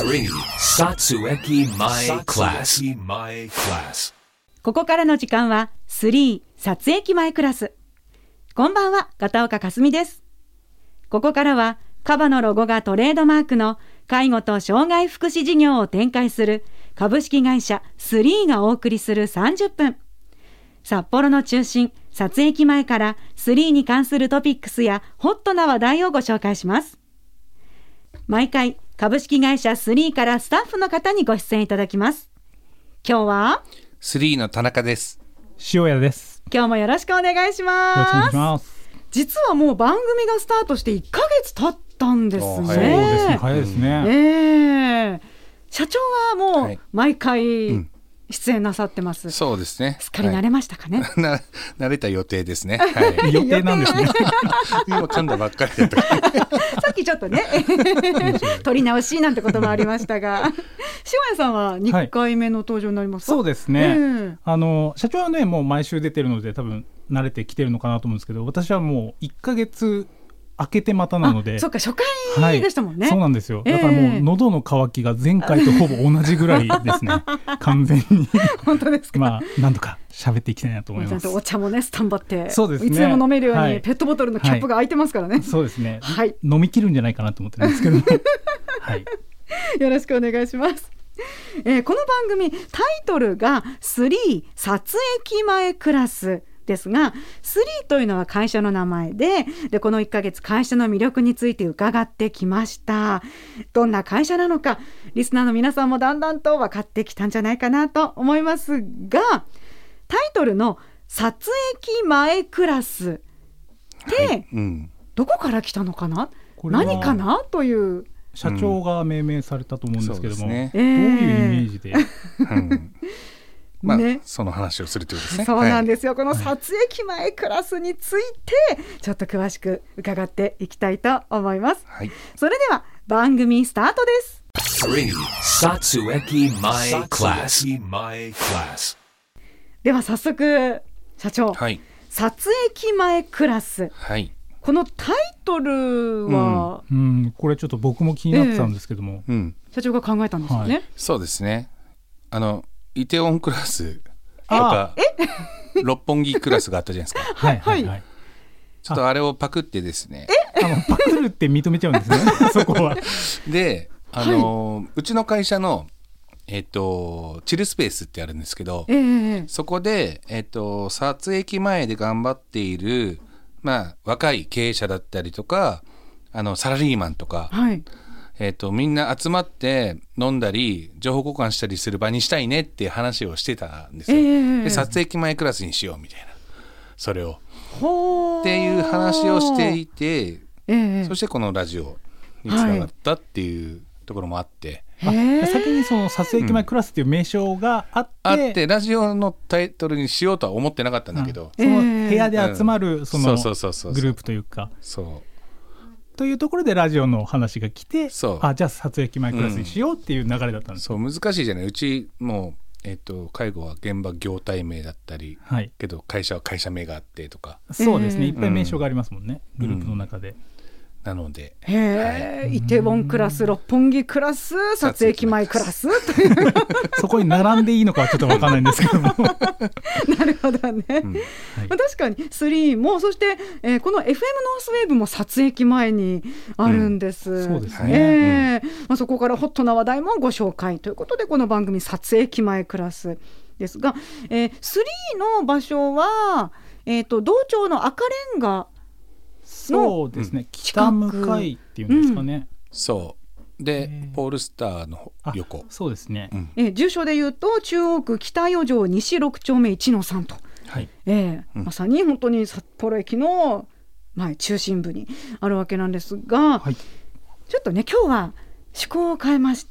3. Satsueki My Class。 ここからの時間は3撮影前クラス。こんばんは、片岡かすみです。ここからはカバのロゴがトレードマークの介護と障害福祉事業を展開する株式会社3がお送りする30分。札幌の中心、撮影機前から3に関するトピックスやホットな話題をご紹介します。毎回株式会社3からスタッフの方にご出演いただきます。今日は 3の田中です。 塩谷です。 今日もよろしくお願いします。 よろしくお願いします。 実はもう番組がスタートして1ヶ月経ったんですね。 そうですね、早いですね。 社長はもう毎回出演なさってます。 そうですね。 すっかり慣れましたかね。 慣れた予定ですね。はい、 予定なんですね。 今噛んだばっかりだった。 さっきちょっとね取り直しなんてこともありましたが塩谷さんは2回目の登場になりますか？ そうですね、社長はねもう毎週出てるので多分慣れてきてるのかなと思うんですけど、私はもう1ヶ月明けてまたなので。 そうか、初回でしたもんね。 そうなんですよ。だからもう喉の渇きが前回とほぼ同じぐらいですね。完全に本当ですか？ 何とか喋っていきたいなと思います。 ちゃんとお茶もねスタンバって、 そうですね、 いつでも飲めるようにペットボトルのキャップが開いてますからね。 そうですね、 はい、 飲み切るんじゃないかなと思ってるんですけどはい、 よろしくお願いします。この番組タイトルが3撮影前クラスですが、3というのは会社の名前で、この1ヶ月会社の魅力について伺ってきました。どんな会社なのか、リスナーの皆さんもだんだんと分かってきたんじゃないかなと思いますが、タイトルの撮影前クラスって、どこから来たのかな、何かなという社長が命名されたと思うんですけども、どういうイメージでその話をするというですね。 そうなんですよ、この撮影前クラスについてちょっと詳しく伺っていきたいと思います。それでは番組スタートです。 3撮影前クラス。 では早速社長、撮影前クラス、このタイトルは、 これちょっと僕も気になってたんですけども、 社長が考えたんですよね。 そうですね、イテウォンクラスとか六本木クラスがあったじゃないですか。ちょっとあれをパクってですね、 パクるって認めちゃうんですねそこは。 で、うちの会社のチルスペースってあるんですけど、そこで、撮影前で頑張っている、若い経営者だったりとかサラリーマンとか、みんな集まって飲んだり情報交換したりする場にしたいねって話をしてたんですよ。で、撮影前クラスにしようみたいな、それをっていう話をしていて、そしてこのラジオにつながったっていうところもあって、 先にその撮影前クラスっていう名称があって、 ラジオのタイトルにしようとは思ってなかったんだけど、 その部屋で集まるそのグループというか、というところでラジオの話が来て、じゃあ撮影前クラスにしようっていう流れだったんです。 そう難しいじゃない。うちも介護は現場業態名だったり、けど会社は会社名があってとか、 そうですね、いっぱい名称がありますもんね、グループの中で。 なので、 イテウォンクラス、六本木クラス、撮影前クラスというそこに並んでいいのかはちょっと分からないんですけどもなるほどね、確かに3も、そして、この FM ノースウェーブも撮影前にあるんです。 そうですね、 そこからホットな話題もご紹介ということで、この番組撮影前クラスですが、3の場所は、道庁の赤レンガ、 そうですね、北向かいっていうんですかね。 そうで、ポールスターの横。 そうですね、 住所でいうと中央区北四条西6丁目 1-3 と、まさに本当に札幌駅の前中心部にあるわけなんですが、ちょっとね今日は趣向を変えまして、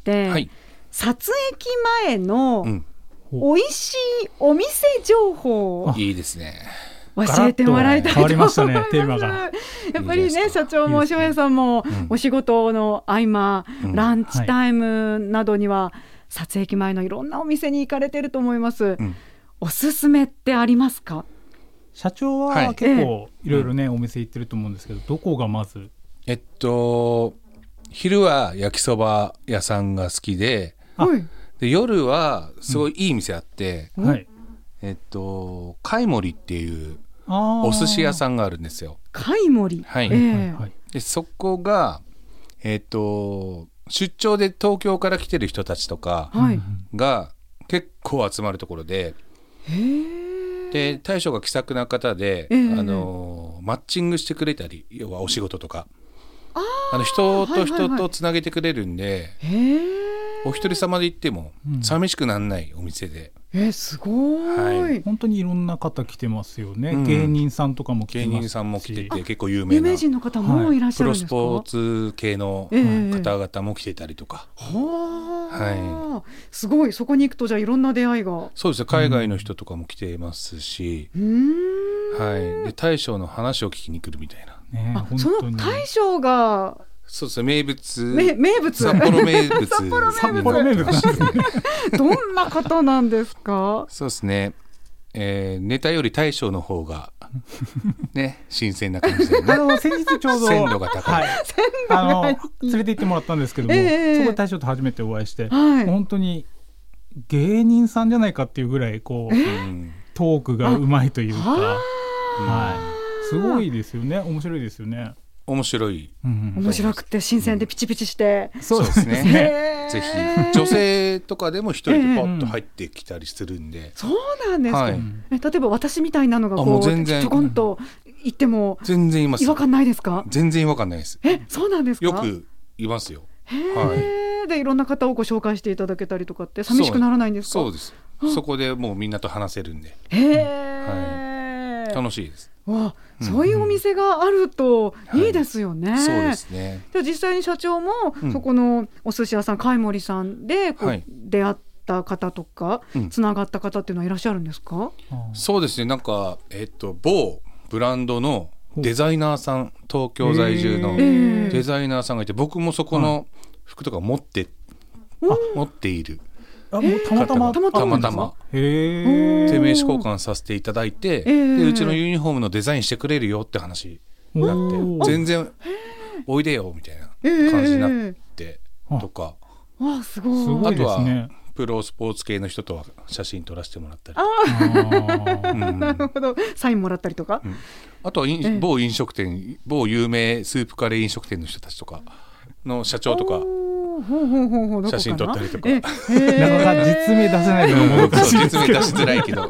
撮影前の美味しいお店情報をいいですね、 教えてもらいたいと思います。 変わりましたね、テーマが。 やっぱりね、社長も塩谷さんもお仕事の合間、ランチタイムなどには撮影前のいろんなお店に行かれてると思います。おすすめってありますか？ 社長は結構いろいろね、お店行ってると思うんですけど、どこがまず？ 昼は焼きそば屋さんが好きで、で夜はすごいいい店あって、貝森っていうお寿司屋さんがあるんですよ。 貝森、 はい、でそこが、出張で東京から来てる人たちとかが結構集まるところで、で大将が気さくな方で、マッチングしてくれたり、要はお仕事とか人と人とつなげてくれるんで、お一人様で行っても寂しくならないお店で、 すごい、 本当にいろんな方来てますよね、芸人さんとかも来てますし、 芸人さんも来てて結構有名な有名人の方もいらっしゃるんですか。 プロスポーツ系の方々も来てたりとか、 すごい。そこに行くとじゃあいろんな出会いが。 そうですね、海外の人とかも来てますし、で大将の話を聞きに来るみたいな、 その大将がそうですね、名物札幌名物どんな方なんですか。 そうですね、ネタより大将の方がね新鮮な感じでね先日ちょうど鮮度が高い、 連れて行ってもらったんですけども、そこで大将と初めてお会いして、もう本当に芸人さんじゃないかっていうぐらいこう、トークがうまいというか、すごいですよね。面白いですよね。 面白い、 面白くて新鮮でピチピチして、 そうですねぜひ女性とかでも一人でポッと入ってきたりするんで、 そうなんですか。例えば私みたいなのがこうちょこんと言っても全然います。 違和感ないですか。 全然違和感ないです。 そうなんですか。 よくいますよ。 でいろんな方をご紹介していただけたりとかって寂しくならないんですか。 そうです。そこでもうみんなと話せるんで、楽しいです。 そういうお店があるといいですよね。 そうですね。 じゃあ実際に社長もそこのお寿司屋さん貝森さんで出会った方とかつながった方っていうのはいらっしゃるんですか。 そうですね、なんか某ブランドのデザイナーさん、東京在住のデザイナーさんがいて、僕もそこの服とか持っている。 もうたまたまで名刺交換させていただいて、でうちのユニフォームのデザインしてくれるよって話になって、全然おいでよみたいな感じになってとか、 すごい。 あとはプロスポーツ系の人とは写真撮らせてもらったり、 なるほど、サインもらったりとか、 あとは某飲食店、某有名スープカレー飲食店の人たちとかの社長とか写真撮ったりとか、なかなか実名出せないのも難しいですけど、 実名出しづらいけど、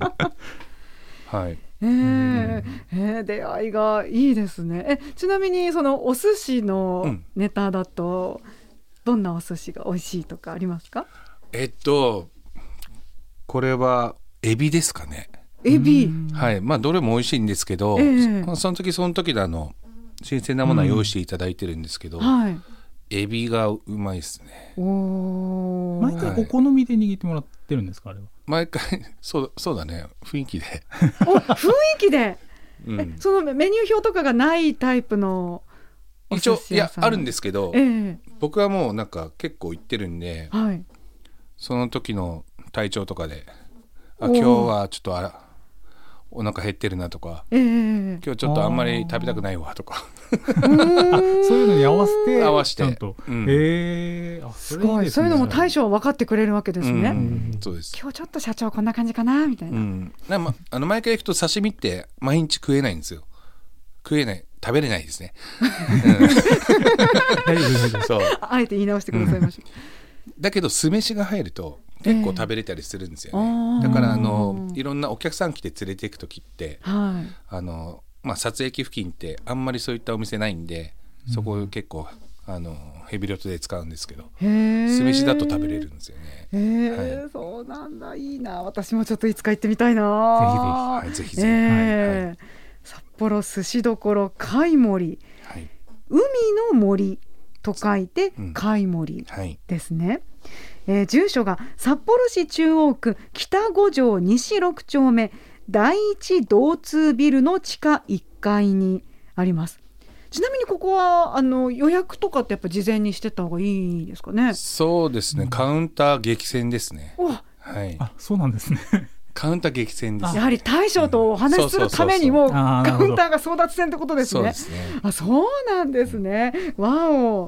出会いがいいですね。ちなみにそのお寿司のネタだと、どんなお寿司が美味しいとかありますか。 これはエビですかね。 エビ、 どれも美味しいんですけど、その時の新鮮なものは用意していただいてるんですけど、エビがうまいですね。 毎回お好みで握ってもらってるんですか。あれは毎回そうだね、雰囲気で雰囲気で、そのメニュー表とかがないタイプのお寿司屋さん。 一応あるんですけど、僕はもうなんか結構行ってるんで、その時の体調とかで、今日はちょっとお腹減ってるなとか、今日ちょっとあんまり食べたくないわとかそういうのに合わせてちゃんと、 すごい。そういうのも大将は分かってくれるわけですね。 そうです。 今日ちょっと社長こんな感じかなみたいな、 毎回行くと刺身って毎日食えないんですよ。食べれないですねそうあえて言い直してくださいました。 だけど酢飯が入ると結構食べれたりするんですよね。だからいろんなお客さん来て連れていく時って、撮影機付近ってあんまりそういったお店ないんで、そこを結構ヘビロテで使うんですけど、酢飯だと食べれるんですよね。 そうなんだ、いいな。私もちょっといつか行ってみたいな。 ぜひ札幌寿司どころ貝森、海の森と書いて貝森ですね。住所が札幌市中央区北5条西6丁目第一道通ビルの地下1階にあります。ちなみにここは予約とかってやっぱ事前にしてた方がいいですかね。 そうですね、カウンター激戦ですね。 そうなんですね。 カウンター激戦です、 やはり大将とお話しするためにもカウンターが争奪戦ってことですね。そうなんですね。わお。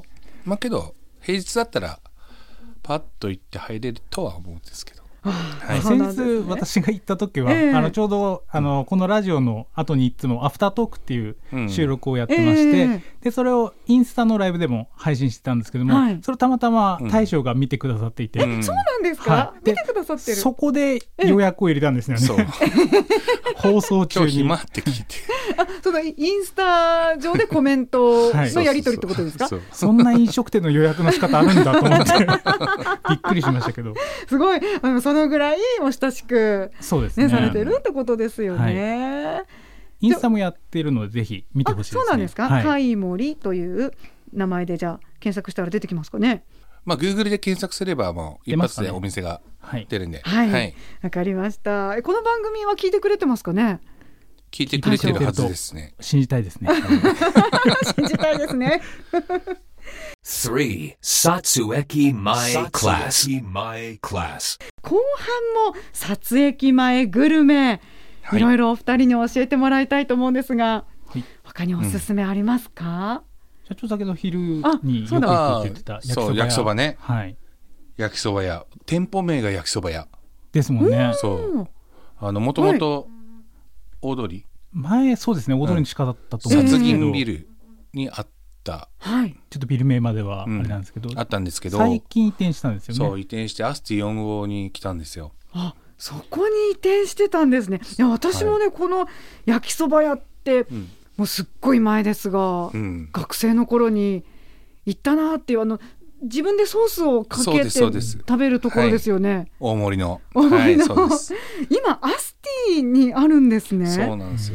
まあけど平日だったらパッと行って入れるとは思うんですけど、 はい、先日私が行った時は、ちょうどこのラジオの後にいつもアフタートークっていう収録をやってまして、でそれをインスタのライブでも配信してたんですけども、それをたまたま大将が見てくださっていて、 そうなんですか、見てくださってる。 そこで予約を入れたんですよね。放送中に今日暇って聞いてそのインスタ上でコメントのやり取りってことですか？ そんな飲食店の予約の仕方あるんだと思ってびっくりしましたけど、 すごいそのぐらいも親しく、 そうですね、 されてるってことですよね。 インスタもやっているのでぜひ見てほしいですね。 そうなんですか。貝森という名前でじゃあ検索したら出てきますかね。 まあ Google で検索すればもう一発でお店が出るんで、 わかりました。この番組は聞いてくれてますかね。 聞いてくれてるはずですね。 信じたいですね。 信じたいですね。 3. Satsueki My Class。 後半も撮影前グルメ、いろいろお二人に教えてもらいたいと思うんですが、他におすすめありますか？ 社長先ほど昼によく行くって言ってた焼きそばね。焼きそば屋、店舗名が焼きそば屋ですもんね。 そうもともと大通り前、そうですね、大通りに近かったと思うんですけど、 殺銀ビルにあった、 ちょっとビル名まではあれなんですけど、 あったんですけど、 最近移転したんですよね。 そう移転してアスティ4号に来たんですよ。 そこに移転してたんですね。いや私もね、この焼きそば屋って、もうすっごい前ですが、学生の頃に行ったなっていう、自分でソースをかけて食べるところですよね。 大盛りの。 そうです。今アスティにあるんですね。 そうなんですよ。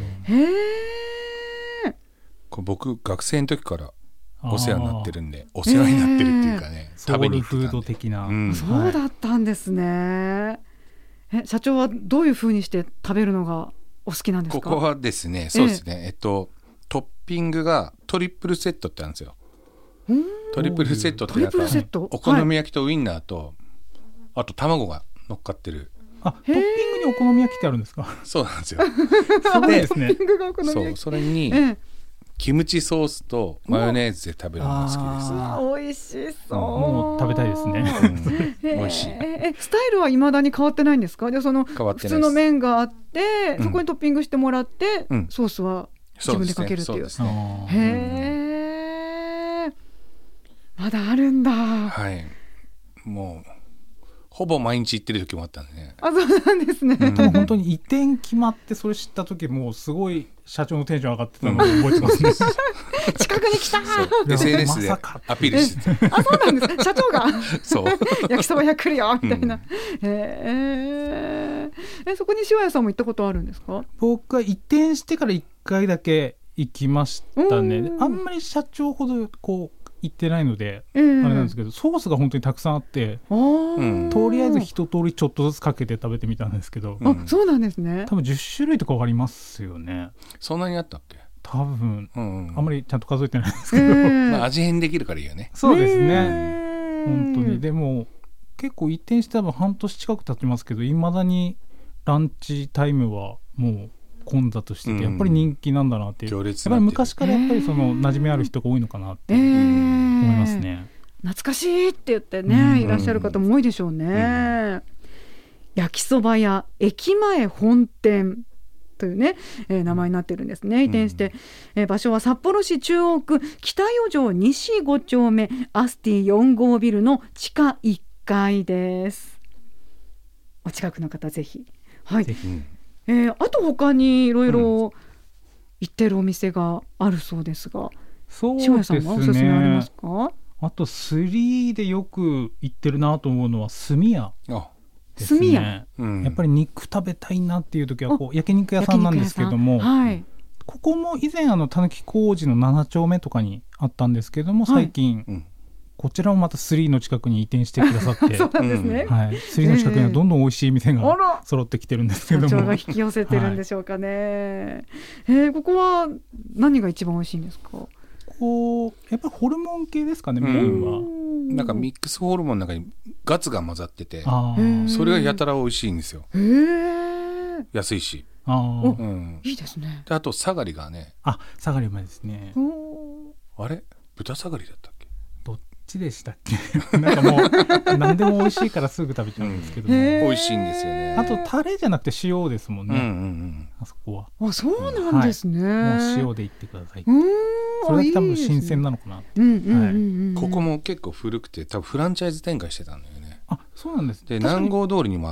僕学生の時からお世話になってるんで、お世話になってるっていうかね、 食べに行ってたんで。ソウルフード的な、 そうだったんですね。社長はどういう風にして食べるのがお好きなんですか？ ここはですね、そうですね、トッピングがトリプルセットってあるんですよ。トリプルセットってなんかお好み焼きとウインナーと、あと卵が乗っかってる。 トッピングにお好み焼きってあるんですか？ そうなんですよ。 で、トッピングがお好み焼き。 それにキムチソースとマヨネーズで食べるのが好きです。 美味しそう。 もう食べたいですね。 美味しい。 スタイルは未だに変わってないんですか？で、普通の麺があって、そこにトッピングしてもらって、ソースは自分でかけるっていう。まだあるんだ。 もうほぼ毎日行ってる時もあったんでね。 そうなんですね。 本当に移転決まってそれ知った時、もうすごい社長のテンション上がってたのを覚えてますね。 近くに来た。 SNS でアピールしてて。 そうなんです。社長がそう焼きそば屋来るよみたいな。そこに塩屋さんも行ったことあるんですか？ 僕は移転してから1回だけ行きましたね。あんまり社長ほど行ってないので、あれなんですけど、ソースが本当にたくさんあって、とりあえず一通りちょっとずつかけて食べてみたんですけど、 そうなんですね。 多分10種類とかありますよね。 そんなにあったっけ？ 多分、あんまりちゃんと数えてないんですけど、 味変できるからいいよね。 そうですね、本当に。でも結構移転して多分半年近く経ちますけど、いまだにランチタイムはもう混雑してて、やっぱり人気なんだなっていう、やっぱり昔からやっぱりその馴染みある人が多いのかなって思いますね。 懐かしいって言ってね、いらっしゃる方も多いでしょうね。焼きそば屋駅前本店というね、名前になってるんですね。移転して、場所は札幌市中央区北四条西5丁目アスティ4号ビルの地下1階です。お近くの方ぜひ。ぜひ。あと他にいろいろ行ってるお店があるそうですが、塩屋さんはおすすめありますか？ あと3でよく行ってるなと思うのは炭屋ですね。やっぱり肉食べたいなっていう時は焼肉屋さんなんですけども、ここも以前たぬき工事の7丁目とかにあったんですけども、最近、こちらもまた3の近くに移転してくださってそうなんですね。 3の近くにはどんどん美味しい店が揃ってきてるんですけども、 社長が引き寄せてるんでしょうかね。ここは何が一番美味しいんですか？ やっぱりホルモン系ですかね、メインは。 なんかミックスホルモンの中にガツが混ざってて、それがやたら美味しいんですよ。安いし。 いいですね。 であとサガリがね。 サガリうまいですね。 あれ豚サガリだったっけ？ ちでしたっけなんかもう何でも美味しいからすぐ食べちゃうんですけども、 美味しいんですよね。 あとタレじゃなくて塩ですもんね、あそこは。 そうなんですね、 もう塩でいってください。それだけ多分新鮮なのかな。 ここも結構古くて多分フランチャイズ展開してたんだよね。 あ、そうなんです。 で南郷通りにもあって、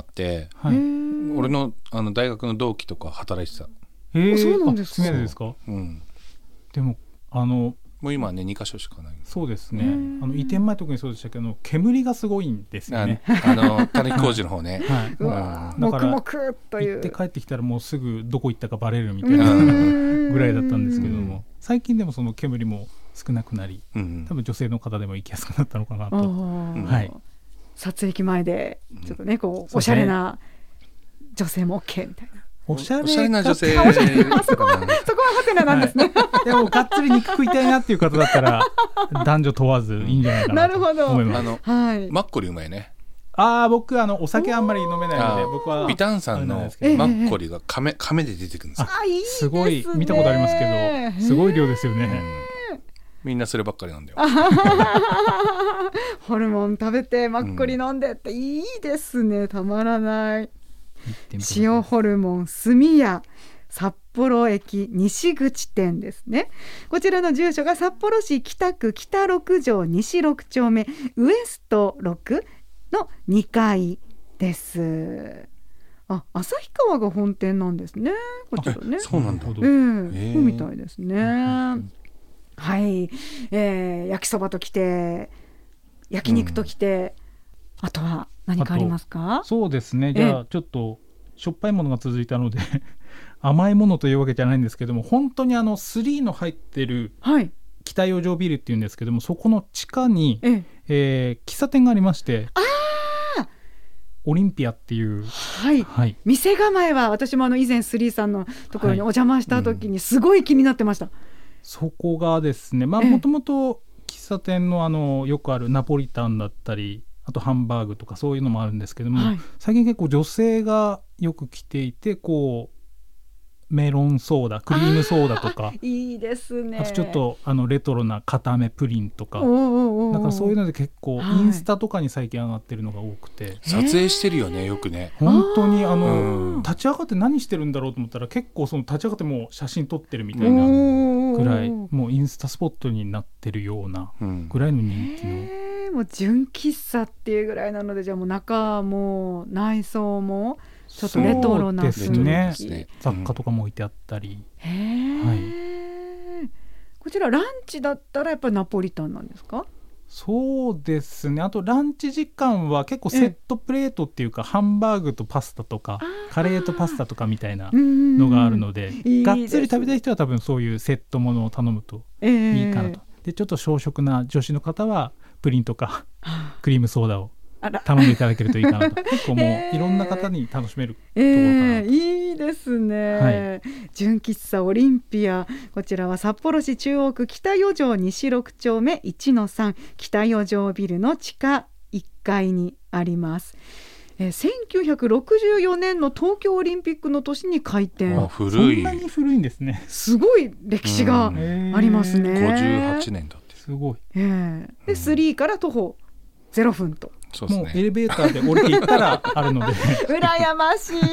俺の大学の同期とか働いてた。 そうなんですか。 そうですか。でももう今はね2カ所しかない。 そうですね。移転前特にそうでしたけど煙がすごいんですよね。 種工事の方ね。 もくもくという。 行って帰ってきたらもうすぐどこ行ったかバレるみたいなぐらいだったんですけども、最近でもその煙も少なくなり、多分女性の方でも行きやすくなったのかなと。 撮影機前でちょっとねこうおしゃれな女性も OK みたいな。 おしゃれな女性そこはハテナなんですね。 でもがっつり肉食いたいなっていう方だったら男女問わずいいんじゃないかなと思います。 マッコリうまいね。 僕お酒あんまり飲めないので、僕はビタンさんのマッコリが亀で出てくるんですよ。 すごい見たことありますけど、すごい量ですよね。 みんなそればっかりなんだよ。 ホルモン食べてマッコリ飲んでっていいですね。たまらない。塩ホルモンすみや札幌駅西口店ですね。こちらの住所が札幌市北区北6条西6丁目ウエスト6の2階です。旭川が本店なんですね。こちらね。 そうなんだ。 そうみたいですね。はい、焼きそばときて焼肉ときて、あとは何かありますか？ そうですね。じゃあちょっとしょっぱいものが続いたので甘いものというわけじゃないんですけども、本当に3の入ってる北四条ビルっていうんですけども、そこの地下に、喫茶店がありまして、オリンピアっていう、 店構えは私も以前3さんのところにお邪魔した時にすごい気になってました。 そこがですね、もともと喫茶店のよくあるナポリタンだったり、あとハンバーグとかそういうのもあるんですけども、最近結構女性がよく来ていて、こうメロンソーダ、クリームソーダとか、 いいですね。 あとちょっとレトロな固めプリンとか、だからそういうので結構インスタとかに最近上がってるのが多くて、 撮影してるよね、よくね。 本当に立ち上がって何してるんだろうと思ったら、結構その立ち上がってもう写真撮ってるみたいなぐらい、もうインスタスポットになってるようなぐらいの人気の、 もう純喫茶っていうぐらいなので、じゃあもう中も内装もちょっとレトロな雰囲気ですね。雑貨とかも置いてあったり。 こちらランチだったらやっぱりナポリタンなんですか？ そうですね。あとランチ時間は結構セットプレートっていうか、ハンバーグとパスタとかカレーとパスタとかみたいなのがあるので、がっつり食べたい人は多分そういうセットものを頼むといいかなと。でちょっと小食な女子の方はプリンとかクリームソーダを頼んでいただけるといいかなと。結構もういろんな方に楽しめるところかなと。 いいですね。純喫茶オリンピア、こちらは札幌市中央区北四条西6丁目 1-3 北四条ビルの地下1階にあります。1964年の東京オリンピックの年に開店。 古い。 そんなに古いんですね。 すごい歴史がありますね。 58年だって。 すごい。 で3から徒歩0分と。 そうですね、 もうエレベーターで降りていったらあるので羨ましい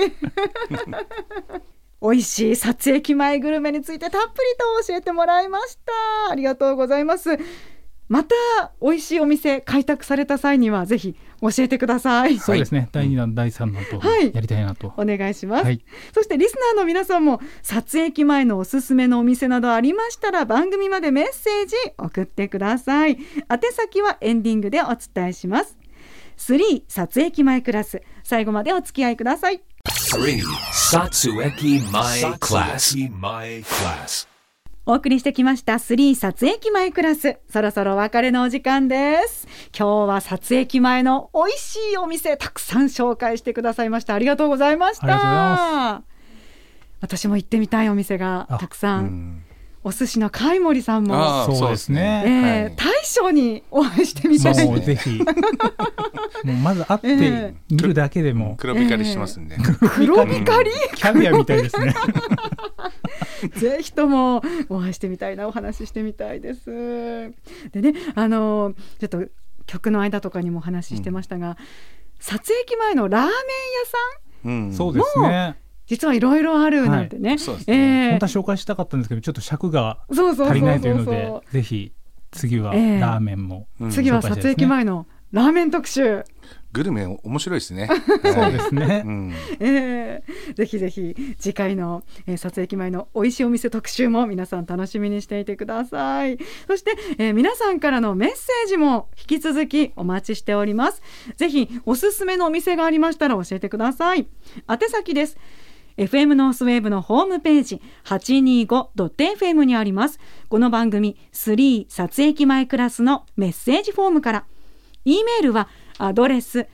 美味しい撮影機前グルメについてたっぷりと教えてもらいました。ありがとうございます。また美味しいお店開拓された際にはぜひ教えてください。 そうですね、第2弾第3弾とやりたいなと、 お願いします。そしてリスナーの皆さんも撮影機前のおすすめのお店などありましたら番組までメッセージ送ってください。宛先はエンディングでお伝えします。3撮影機前クラス、最後までお付き合いください。 3 Satsueki My Class。 お送りしてきました3撮影機前クラス、そろそろお別れのお時間です。今日は撮影機前の美味しいお店たくさん紹介してくださいました。ありがとうございました。 ありがとうございます。 私も行ってみたいお店がたくさんお寿司の貝森さんもそうですね、 大将にお会いしてみたい。 もうぜひもうまず会って見るだけでも、 黒光りしてますんで、 黒光り、 キャビアみたいですねぜひともお会いしてみたいな、お話ししてみたいです。でね、ちょっと曲の間とかにもお話ししてましたが、撮影機前のラーメン屋さん、 そうですね、 実はいろいろあるなんてね、 そうですね、 本当は紹介したかったんですけど、ちょっと尺が足りないというので、ぜひ次はラーメンも、 次は撮影機前のラーメン特集。 グルメ面白いですねそうですね、 ぜひぜひ次回の、撮影機前の美味しいお店特集も皆さん楽しみにしていてください。そして、皆さんからのメッセージも引き続きお待ちしております。ぜひおすすめのお店がありましたら教えてください。宛先です。FM ノースウェーブのホームページ 825.fm にあります。この番組3撮影機前クラスのメッセージフォームから、E メールはアドレス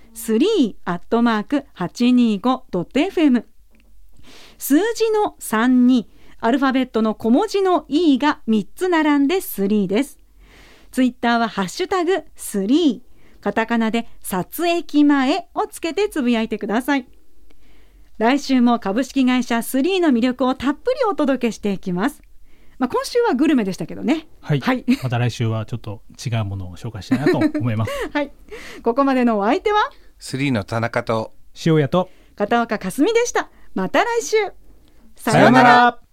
3@825.fm、 数字の32、アルファベットの小文字の E が3つ並んで3です。ツイッターはハッシュタグ3、カタカナで撮影機前をつけてつぶやいてください。来週も株式会社3の魅力をたっぷりお届けしていきます。今週はグルメでしたけどね。 はい、また来週はちょっと違うものを紹介したいなと思いますはい、ここまでのお相手は 3の田中と塩谷と片岡かすみでした。また来週、 さようなら。